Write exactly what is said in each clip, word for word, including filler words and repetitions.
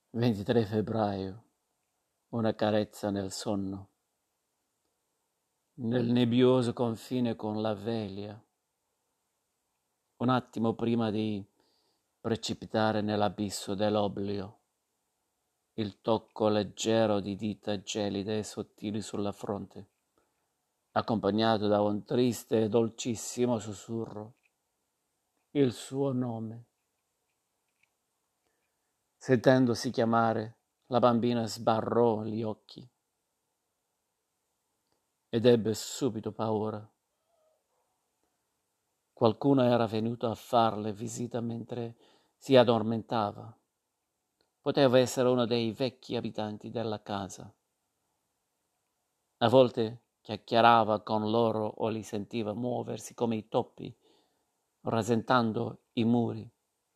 ventitré febbraio, una carezza nel sonno, nel nebbioso confine con la veglia, un attimo prima di precipitare nell'abisso dell'oblio, il tocco leggero di dita gelide e sottili sulla fronte, accompagnato da un triste e dolcissimo sussurro, il suo nome. Sentendosi chiamare, la bambina sbarrò gli occhi ed ebbe subito paura. Qualcuno era venuto a farle visita mentre si addormentava. Poteva essere uno dei vecchi abitanti della casa. A volte chiacchierava con loro o li sentiva muoversi come i topi, rasentando i muri.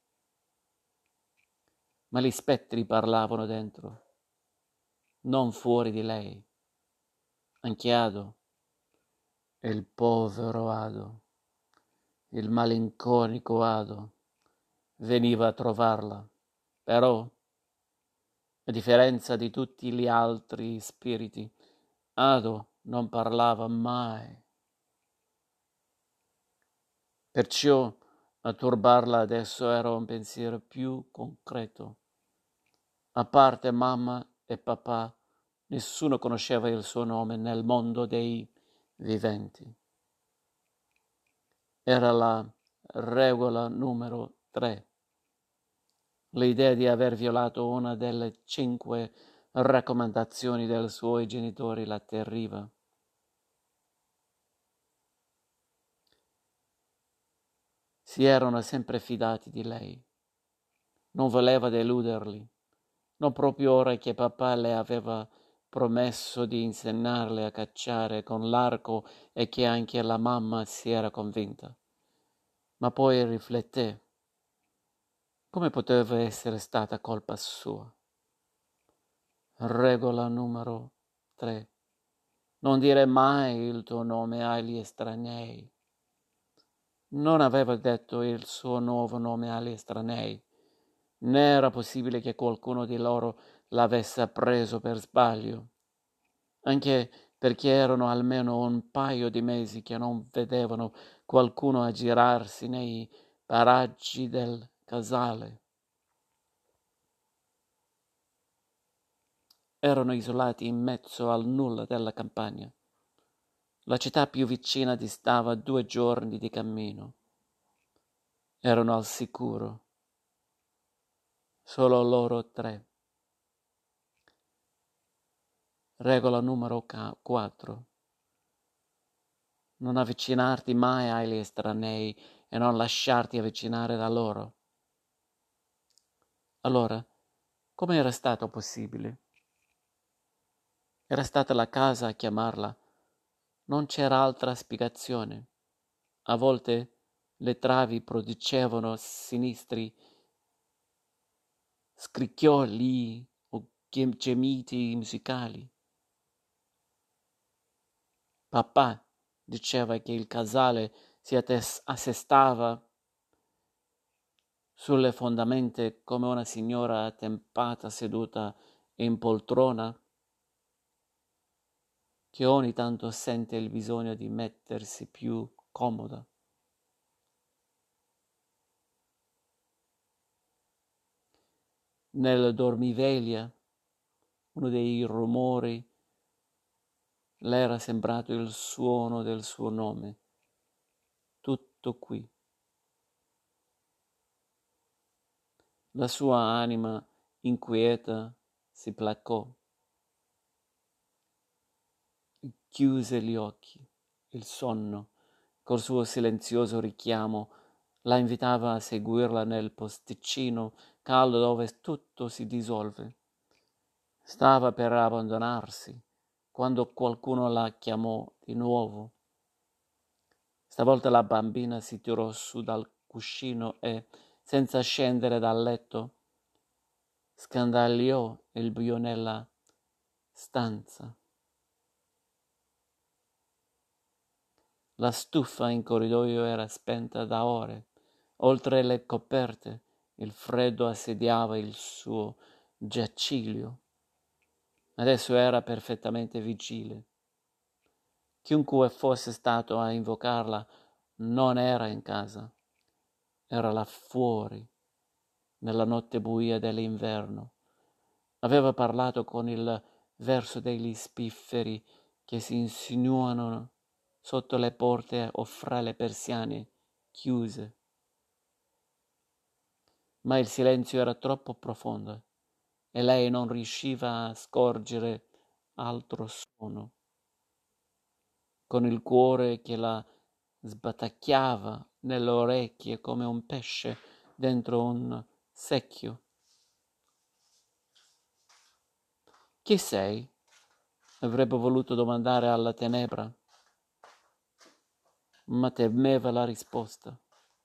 Ma gli spettri parlavano dentro, non fuori di lei. Anche Ado, il povero Ado, il malinconico Ado, veniva a trovarla, però, a differenza di tutti gli altri spiriti, Ado non parlava mai. Perciò a turbarla adesso era un pensiero più concreto. A parte mamma e papà, nessuno conosceva il suo nome nel mondo dei viventi. Era la regola numero tre. L'idea di aver violato una delle cinque raccomandazioni dei suoi genitori la atterriva. Si erano sempre fidati di lei. Non voleva deluderli, non proprio ora che papà le aveva promesso di insegnarle a cacciare con l'arco e che anche la mamma si era convinta. Ma poi rifletté. Come poteva essere stata colpa sua? Regola numero tre. Non dire mai il tuo nome agli estranei. Non aveva detto il suo nuovo nome agli estranei, né era possibile che qualcuno di loro l'avesse preso per sbaglio, anche perché erano almeno un paio di mesi che non vedevano qualcuno aggirarsi nei paraggi del Casale. Erano isolati in mezzo al nulla della campagna. La città più vicina distava due giorni di cammino. Erano al sicuro. Solo loro tre. Regola numero quattro. Non avvicinarti mai agli estranei e non lasciarti avvicinare da loro. Allora, come era stato possibile? Era stata la casa a chiamarla. Non c'era altra spiegazione. A volte le travi producevano sinistri scricchioli o gemiti musicali. Papà diceva che il casale si assestava sulle fondamenta come una signora attempata seduta in poltrona, che ogni tanto sente il bisogno di mettersi più comoda. Nel dormiveglia, uno dei rumori le era sembrato il suono del suo nome. Tutto qui. La sua anima inquieta si placò. Chiuse gli occhi. Il sonno, col suo silenzioso richiamo, la invitava a seguirla nel posticino caldo dove tutto si dissolve. Stava per abbandonarsi quando qualcuno la chiamò di nuovo. Stavolta la bambina si tirò su dal cuscino e, senza scendere dal letto, scandagliò il buio nella stanza. La stufa in corridoio era spenta da ore. Oltre le coperte, il freddo assediava il suo Giaciglio. Adesso era perfettamente vigile. Chiunque fosse stato a invocarla non era in casa, era là fuori, nella notte buia dell'inverno. Aveva parlato con il verso degli spifferi che si insinuano sotto le porte o fra le persiane chiuse. Ma il silenzio era troppo profondo e lei non riusciva a scorgere altro suono. Con il cuore che la sbatacchiava nelle orecchie come un pesce dentro un secchio. Chi sei? Avrebbe voluto domandare alla tenebra, ma temeva la risposta.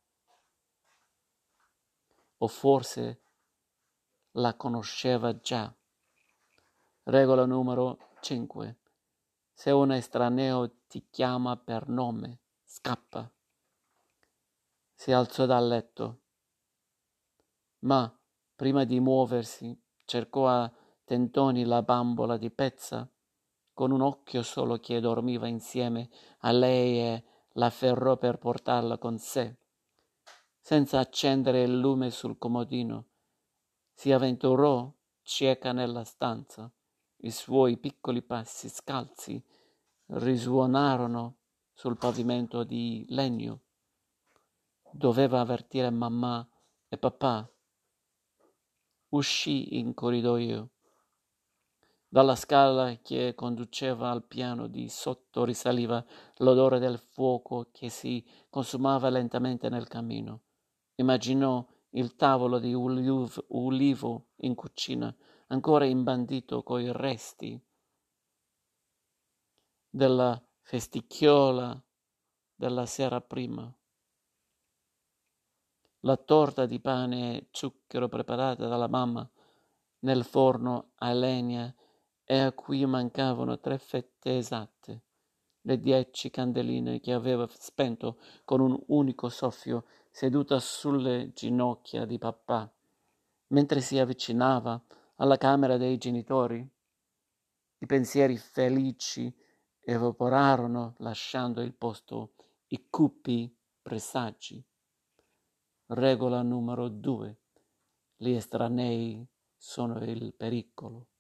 O forse la conosceva già. Regola numero cinque. Se un estraneo ti chiama per nome, scappa. Si alzò dal letto, ma prima di muoversi cercò a tentoni la bambola di pezza, con un occhio solo che dormiva insieme a lei e l'afferrò per portarla con sé. Senza accendere il lume sul comodino, si avventurò cieca nella stanza. I suoi piccoli passi scalzi risuonarono sul pavimento di legno. Doveva avvertire mamma e papà. Uscì in corridoio. Dalla scala che conduceva al piano di sotto risaliva l'odore del fuoco che si consumava lentamente nel camino. Immaginò il tavolo di uliv- ulivo in cucina, ancora imbandito coi resti della festicchiola della sera prima. La torta di pane e zucchero preparata dalla mamma nel forno a legna e a cui mancavano tre fette esatte, le dieci candeline che aveva spento con un unico soffio seduta sulle ginocchia di papà, mentre si avvicinava alla camera dei genitori. I pensieri felici evaporarono lasciando il posto i cupi presagi. Regola numero due. Gli estranei sono il pericolo.